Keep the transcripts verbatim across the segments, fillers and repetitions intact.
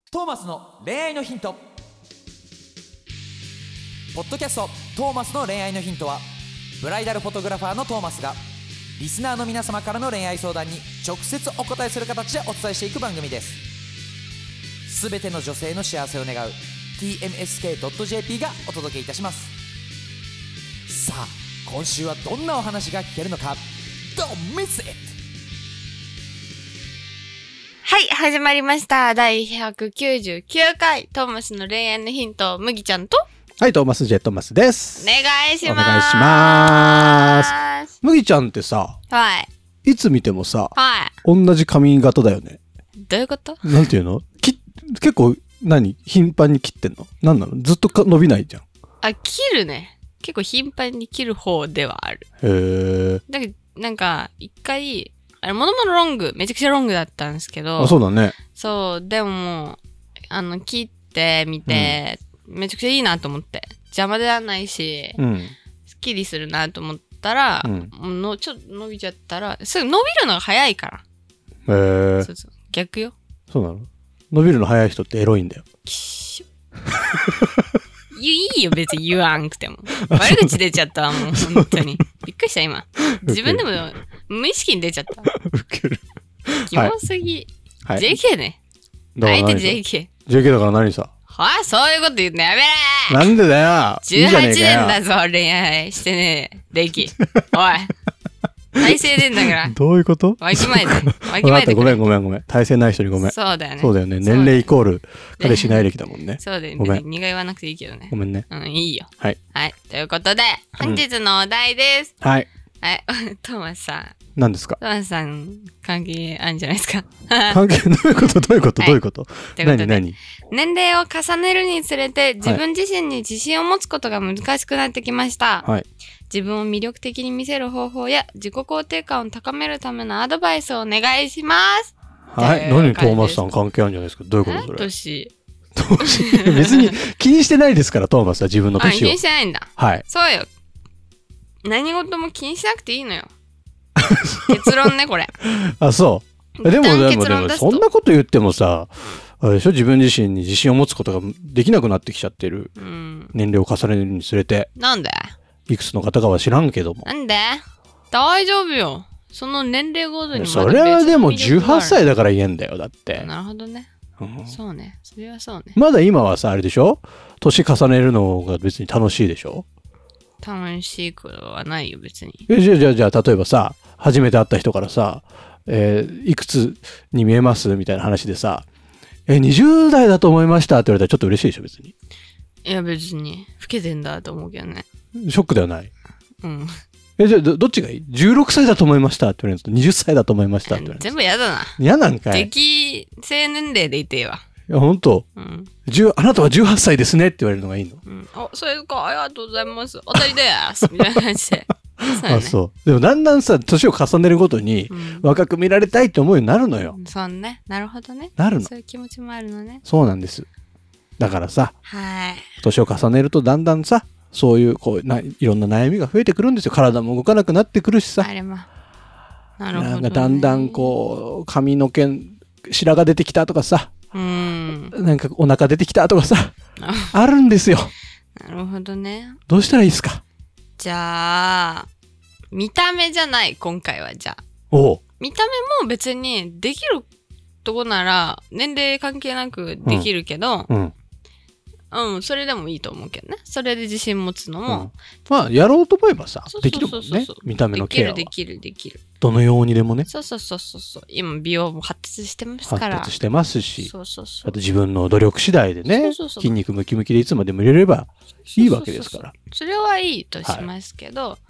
トーマスの恋愛のヒント。ポッドキャストトーマスの恋愛のヒントは、ブライダルフォトグラファーのトーマスがリスナーの皆様からの恋愛相談に直接お答えする形でお伝えしていく番組です。すべての女性の幸せを願う ティーエムエスケードットジェーピー がお届けいたします。さあ今週はどんなお話が聞けるのか。 Don't miss it。 はい、始まりました。だいひゃくきゅうじゅうきゅうかい、トーマスの恋愛のヒント、麦ちゃんと。 はい、トーマスジェットマスです。 お願いします。 お願いします。麦ちゃんってさ、 はい。 いつ見てもさ、 はい。 同じ髪型だよね。 どういうこと？ なんていうの？き結構、何頻繁に切ってんの？なんなの？ずっとか伸びないじゃん。 あ、切るね。結構頻繁に切る方ではある。 へー。 だけど、なんか、一回、あれ、もともとロング、めちゃくちゃロングだったんですけど。 あ、そうだね。 そう、でももう、あの、切ってみて、うん、めちゃくちゃいいなと思って。邪魔ではないし、うん、すっきりするなと思ったら、うん、もうのちょっと伸びちゃったら、すぐ伸びるのが早いから。 へー。 そうそう。逆よ。 そうなの？伸びるの早い人ってエロいんだよ。 きっしょ。いいよ、別に言わんくても。悪口出ちゃったわ、もう、本当に。びっくりした、今。自分でも無意識に出ちゃった。 ウケる。 キモすぎ。 はい、 ジェーケー ね。相手 ジェーケー。 ジェーケー だから何さ。 はぁ、そういうこと言うのやめろー。 なんでだよ。 じゅうはちねんだぞ、恋愛してねえ、レキ。おい。体勢でんだから。 どういうこと？ わきまえて。わきまえて。 ごめんごめんごめん。体勢ない人にごめん。 そうだよね。 そうだよね。年齢イコール彼氏ない歴だもんね。 そうだよね。 ごめん。 にが言わなくていいけどね。 ごめんね。 うん、いいよ。 はい。 はい。ということで、本日のお題です。 はい。 はい。トーマスさん。 何ですか？ トーマスさん、関係あるんじゃないですか？ 関係、どういうことどういうことどういうこと？何何？ 年齢を重ねるにつれて、自分自身に自信を持つことが難しくなってきました。 はい。 自分を魅力的に見せる方法や自己肯定感を高めるためのアドバイスをお願いします。 はい。何トーマスさん関係あるんじゃないですか？どういうことそれ？ 年。 年。別に気にしてないですから、トーマスは自分の年を。 気にしてないんだ。 はい。 そうよ。何事も気にしなくていいのよ。結論ね、これ。 あ、そう。でも、でも、でも、そんなこと言ってもさ、あれでしょ、自分自身に自信を持つことができなくなってきちゃってる。うん、年齢を重ねるにつれて。 なんで？ いくつの方かは知らんけども。 なんで？大丈夫よ。その年齢ごとにまだ別のそれはでもじゅうはっさいだから言えんだよ、だって。 なるほどね。うん、そうね。それはそうね。 まだ今はさ、あれでしょ？年重ねるのが別に楽しいでしょ？ 楽しいことはないよ、別に。 え、じゃあ、じゃあ、じゃあ、例えばさ、初めて会った人からさ、えー、いくつに見えますみたいな話でさ、え、にじゅうだいだと思いましたって言われたらちょっと嬉しいでしょ、別に。 いや、別に、老けてんだと思うけどね。 ショックではない。 うん。 え、じゃあ、ど、どっちがいい ?じゅうろくさいだと思いましたって言われると、にじゅっさいだと思いましたって言われる。 全部嫌だな。 嫌なんかい。 適正年齢でいてわ。 いや、ほんと。うん。あなたはじゅうはっさいですねって言われるのがいいの。 うん。あ、それか、ありがとうございます。当たりですみたいな感じで。 そうね、あ、そう。でもだんだんさ、年を重ねるごとに、若く見られたいって思うようになるのよ。 うん、そうね。なるほどね。 なるの。 そういう気持ちもあるのね。 そうなんです。だからさ、 はい。 年を重ねるとだんだんさ、そういう、こう、な、いろんな悩みが増えてくるんですよ。体も動かなくなってくるしさ。 あれも。なるほど、ね。 なんかだんだんこう、髪の毛、白が出てきたとかさ、 うん。 なんかお腹出てきたとかさ、あるんですよ。 なるほどね。 どうしたらいいですか？ じゃあ、見た目じゃない、今回はじゃあ。 おう。 見た目も別にできるとこなら、年齢関係なくできるけど、うん。うんうん、それでもいいと思うけどね。それで自信持つのも。うん、 まあ、やろうと思えばさ、できるもんね。見た目のケアは。 できる、できる、できる。 どのようにでもね。 そうそうそうそう。今、美容も発達してますから。 発達してますし。 そうそうそう。 あと自分の努力次第でね、そうそうそう、筋肉ムキムキでいつまでも入れればいいわけですから。そうそうそう、 それはいいとしますけど、はい、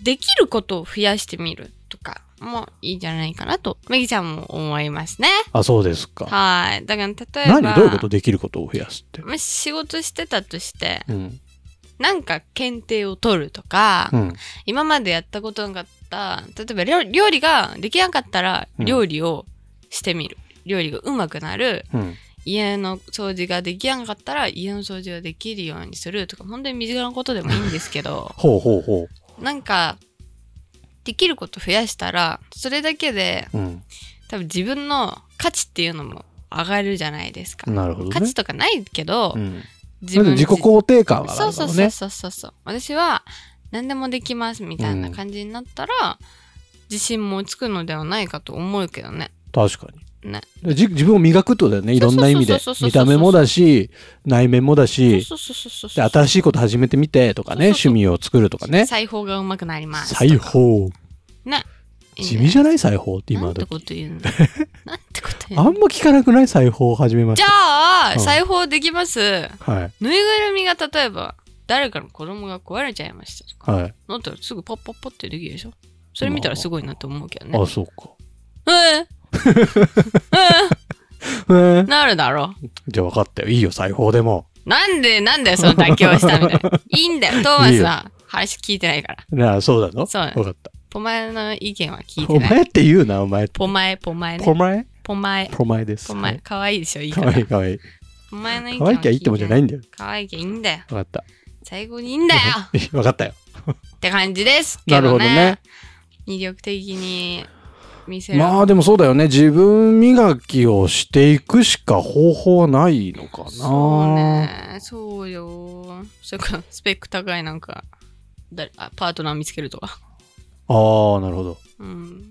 できることを増やしてみるとかもいいんじゃないかなと、めぎちゃんも思いますね。 あ、そうですか。 はい。だから、例えば。 何どういうこと？できることを増やすって。 もし仕事してたとして、うん、なんか検定を取るとか、うん、今までやったことなかった、例えば料理、料理ができなかったら料理をしてみる。うん、料理がうまくなる。うん、家の掃除ができなかったら家の掃除ができるようにするとか、本当に身近なことでもいいんですけど、 ほうほうほう。なんか、できること増やしたら、それだけで、うん、多分自分の価値っていうのも上がるじゃないですか。 なるほどね。 価値とかないけど、うん、 自分自己肯定感は上がるからね。 そうそうそうそう。私は何でもできますみたいな感じになったら、うん、自信もつくのではないかと思うけどね。 確かに。 ね、 自分を磨くってことだよね。いろんな意味で。見た目もだし、内面もだし、新しいこと始めてみてとかね、趣味を作るとかね。 裁縫がうまくなります。 裁縫。 ね。 地味じゃない裁縫って今なんてこと言うんだ。なんてこと言うの。あんま聞かなくない裁縫を始めました。 じゃあ、うん、裁縫できます。 はい。 ぬいぐるみが例えば、誰かの子供が壊れちゃいましたとか。 はい。 なったらすぐポッポッポってできるでしょ。それ見たらすごいなと思うけどね。 あ、そうか。 ええなるだろ。 じゃあ分かったよ。いいよ、裁縫でも。 なんで、なんだよ、その妥協したみたいな。いいんだよ、トーマスは話聞いてないから。 ああ、そうなの？ そう。 分かった。 ポマエの意見は聞いてない。 お前って言うな、お前。 ポマエ、ポマエね。 ポマエ？ ポマエ。 ポマエです。 ポマエ。かわいいでしょ、いいから。 かわいい、かわいい。 ポマエの意見は聞いてない。かわいきゃいいってもんじゃないんだよ。 かわいきゃいいんだよ。 分かった。 最後にいいんだよ。 分かったよ。 って感じですけどね。 なるほどね。 魅力的に見せる。 まあでもそうだよね。自分磨きをしていくしか方法はないのかな。 そうね。そうよ。それからスペック高いなんか誰あパートナー見つけるとか。 ああ、なるほど。 うん、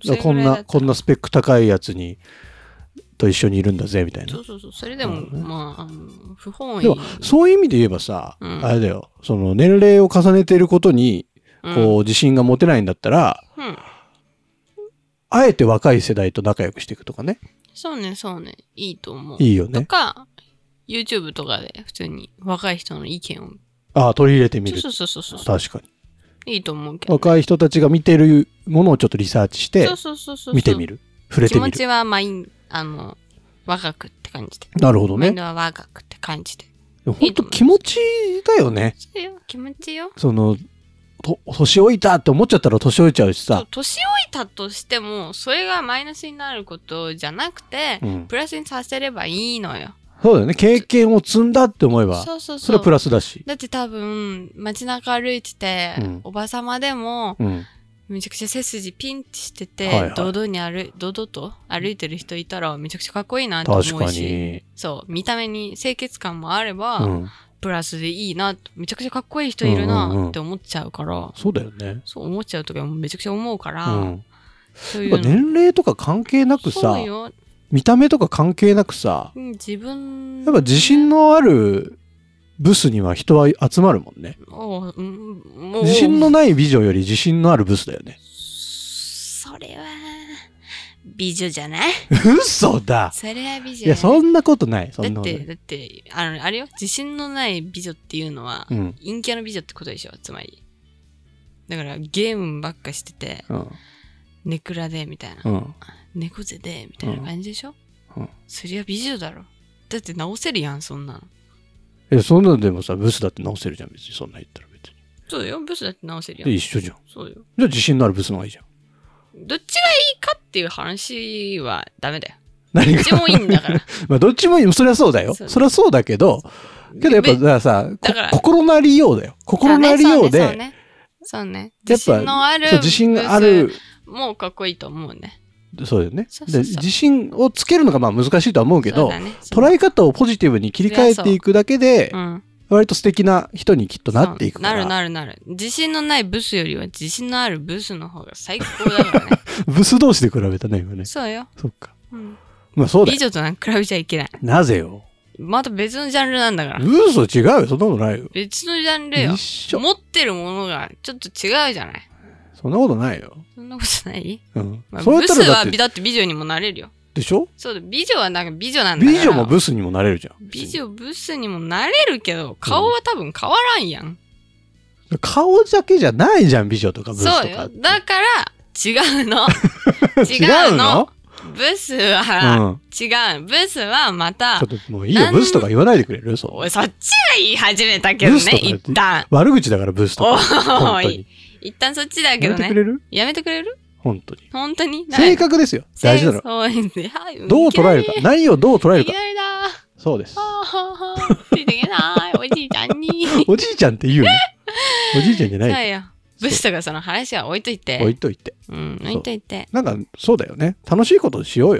こんなこんなスペック高いやつにと一緒にいるんだぜみたいな。 そうそうそう。それでも、ね、まあ、あの不本意。 でもそういう意味で言えばさ、うん、あれだよ。その年齢を重ねていることにこう、うん、自信が持てないんだったら。うん、あえて若い世代と仲良くしていくとかね。 そうね、そうね。いいと思う。 いいよね。 とか、YouTube とかで普通に若い人の意見を。 ああ、取り入れてみる。 そうそうそうそう。 確かに。 いいと思うけど、ね。 若い人たちが見てるものをちょっとリサーチして、 そうそうそうそう。 見てみる。触れてみる。 気持ちは、まあ、あの、若くって感じで。 なるほどね。 マインドは若くって感じで。 本当気持ちだよね。 そうよ、気持ちよ。 その、と年老いたって思っちゃったら年老いちゃうしさ。 年老いたとしてもそれがマイナスになることじゃなくて、うん、プラスにさせればいいのよ。 そうだよね。経験を積んだって思えば、そうそうそう、それはプラスだし。 だって多分街中歩いてて、うん、おばさまでも、うん、めちゃくちゃ背筋ピンってしてて、はいはい、堂々に歩堂々と歩いてる人いたらめちゃくちゃかっこいいなって思うし、 確かにそう見た目に清潔感もあれば、うん、プラスでいいな、めちゃくちゃかっこいい人いるなって思っちゃうから、うんうんうん、 そうだよね。 そう思っちゃうときはめちゃくちゃ思うから、うん、 そういう年齢とか関係なくさ、見た目とか関係なくさ、 うん、自分やっぱ自信のあるブスには人は集まるもんね。 おう、うん、もう自信のない美女より自信のあるブスだよね。 それは美女じゃない？ 嘘だ。 それは美女。 いや、そんなことない。そんなことない。 だって、だって、あの、あれよ、自信のない美女っていうのは、うん、陰キャの美女ってことでしょ、つまり。だから、ゲームばっかしてて、うん、ネクラで、みたいな。うん、猫背で、みたいな感じでしょ、うんうん、そりゃ美女だろ。だって直せるやん、そんなの。 え、そんなのでもさ、ブスだって直せるじゃん、別に。そんな言ったら別に。 そうよ、ブスだって直せるやん。 で、一緒じゃん。 そうよ。 じゃあ自信のあるブスの方がいいじゃん。 どっちがいいかっていう話はダメだよ。何がどっちもいいんだから。 まあどっちもいい。それはそうだよ。そ, それはそうだけど、けどやっぱだからさ、だから心なりようだよ。心なりようで。そうね。 そうね。自信のある。 自信がある。 もうかっこいいと思うね。 そうだよね。そうそうそう。で自信をつけるのがまあ難しいとは思うけど、ね、捉え方をポジティブに切り替えていくだけで、割と素敵な人にきっとなっていくから。 なるなるなる。自信のないブスよりは自信のあるブスの方が最高だからね。 ブス同士で比べたね、今ね。 そうよ。 そっか。うん、まあそうだよ。 美女となんか比べちゃいけない。 なぜよ。 また別のジャンルなんだから。 嘘違うよ。そんなことないよ。 別のジャンルよ。一緒。持ってるものがちょっと違うじゃない。 そんなことないよ。 そんなことない？ うん。 まあ、ブスはだって美女にもなれるよ。 でしょ？ そうだ、美女はなんか美女なんだから。 美女もブスにもなれるじゃん。 美女ブスにもなれるけど、顔は多分変わらんやん。 うん、顔だけじゃないじゃん、美女とかブスとか。 そうよ。だから、違うの。違うの。ブスは、違う。ブスはまた。 ちょっともういいよ、ブスとか言わないでくれる？そう。 おい、そっちが言い始めたけどね、一旦。 悪口だから、ブスとか。 おい。一旦そっちだけどね。 やめてくれる？ やめてくれる？ 本当に。 本当に。 性格ですよ。大事なの。 そうですね。 どう捉えるか。何をどう捉えるか。そうです。 ついていけない。おじいちゃんに。 おじいちゃんって言うの？おじいちゃんじゃない。 そうよ。ブスとかその話は置いといて。 置いといて。 うん、置いといて。 なんか、そうだよね。楽しいことしようよ。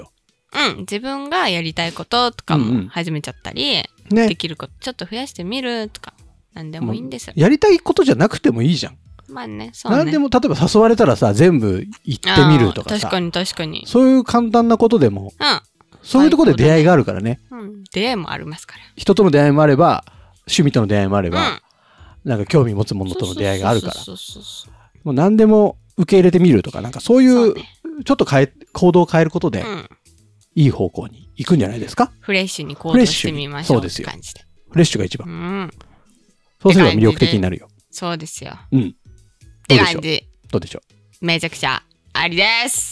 うん、自分がやりたいこととかも始めちゃったり、うんうんね、できることちょっと増やしてみるとか何でもいいんです。 やりたいことじゃなくてもいいじゃん。 まあね、そうね。 何でも例えば誘われたらさ全部行ってみるとかさ、 確かに確かにそういう簡単なことでも、うん、そういうところで出会いがあるからね、 うん、出会いもありますから。 人との出会いもあれば趣味との出会いもあれば、うん、なんか興味持つものとの出会いがあるから、もう何でも受け入れてみるとか、なんかそういうちょっと変え行動を変えることで、うん、いい方向に行くんじゃないですか。 フレッシュに行動してみましょう。そうですよ。感じでフレッシュが一番、うん、そうすれば魅力的になるよ。 そうですよ。 うん。 って感じ。 どうでしょう。 めちゃくちゃありです。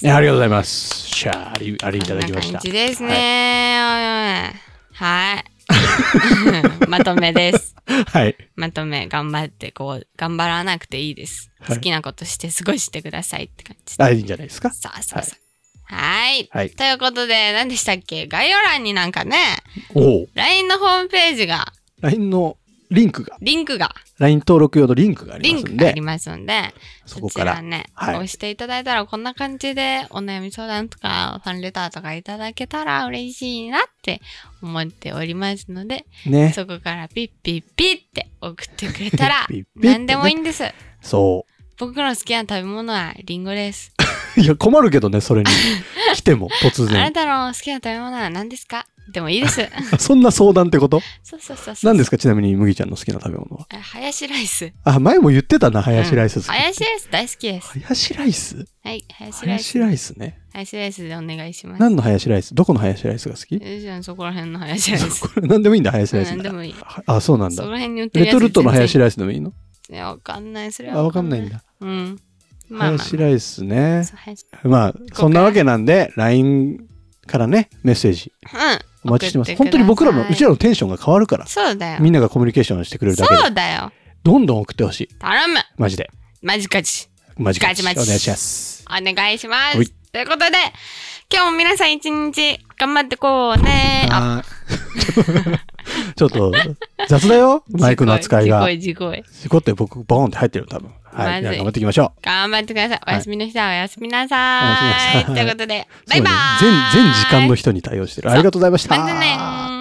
ありがとうございます。しゃあ、あり、ありいただきました。こんな感じですね。はい。はいまとめです。 はい。 まとめ、頑張って、こう、頑張らなくていいです。はい、好きなことして過ごしてくださいって感じ。 あ、いいんじゃないですか。 そうそうそう。はい。はい。ということで、何でしたっけ、概要欄になんかね、お ライン のホームページが。 ライン のリンクが。 リンクが。 ライン 登録用のリンクがありますんで。 リンクがありますんで、 そこから。 そちらね、はい、押していただいたら、こんな感じでお悩み相談とか、ファンレターとかいただけたら嬉しいなって思っておりますので、ね、そこからピッピッピッって送ってくれたら、何でもいいんです。 そう。 僕の好きな食べ物はリンゴです。 いや、困るけどね、それに来ても、突然。 あなたの好きな食べ物は何ですか？でもいいです。 そんな相談ってこと？ そうそうそうそう。 何ですか、ちなみに麦ちゃんの好きな食べ物は？ ハヤシライス。 あ、前も言ってたな、ハヤシライス好き。 ハヤシライス大好きです。 ハヤシライス？ はい、ハヤシライス。ハヤシライスね。 ハヤシライスでお願いします。 何のハヤシライス？どこのハヤシライスが好き？ えじゃあそこら辺のハヤシライス。 何でもいいんだ、ハヤシライス。 何でもいい。 あ、そうなんだ。 そこら辺に売ってるやつ。 レトルトのハヤシライスでもいいの？ いや、わかんない。それはわかんないんだ。 うん。 ハヤシライスね。まあ、そんなわけなんで、ライン からね、メッセージ。お待ちしてます。本当に僕らの、うちらのテンションが変わるから。 そうだよ。 みんながコミュニケーションしてくれるだけで。 そうだよ。 どんどん送ってほしい。 頼む。 マジで。 マジカジ。 マジカジ。お願いします。 お願いします。ということで、今日も皆さん一日頑張ってこうね。あちょっと雑だよ、マイクの扱いが。 事故い、事故い。 事故って僕、ボーンって入ってる多分。はい。頑張っていきましょう。 頑張ってください。お休みの人はおやすみなさい。ということで、バイバーイ。 全、全時間の人に対応してる。ありがとうございました。 またね。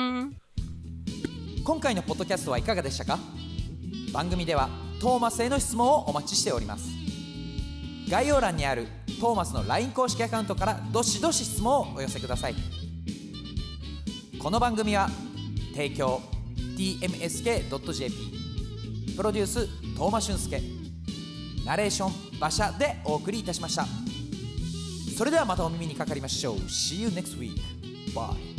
今回のポッドキャストはいかがでしたか？番組ではトーマスへの質問をお待ちしております。概要欄にあるトーマスの ライン 公式アカウントからどしどし質問をお寄せください。この番組は提供 ティーエムエスケードットジェーピー プロデュース東間俊介、ナレーション馬車でお送りいたしました。それではまたお耳にかかりましょう。 See you next week. Bye.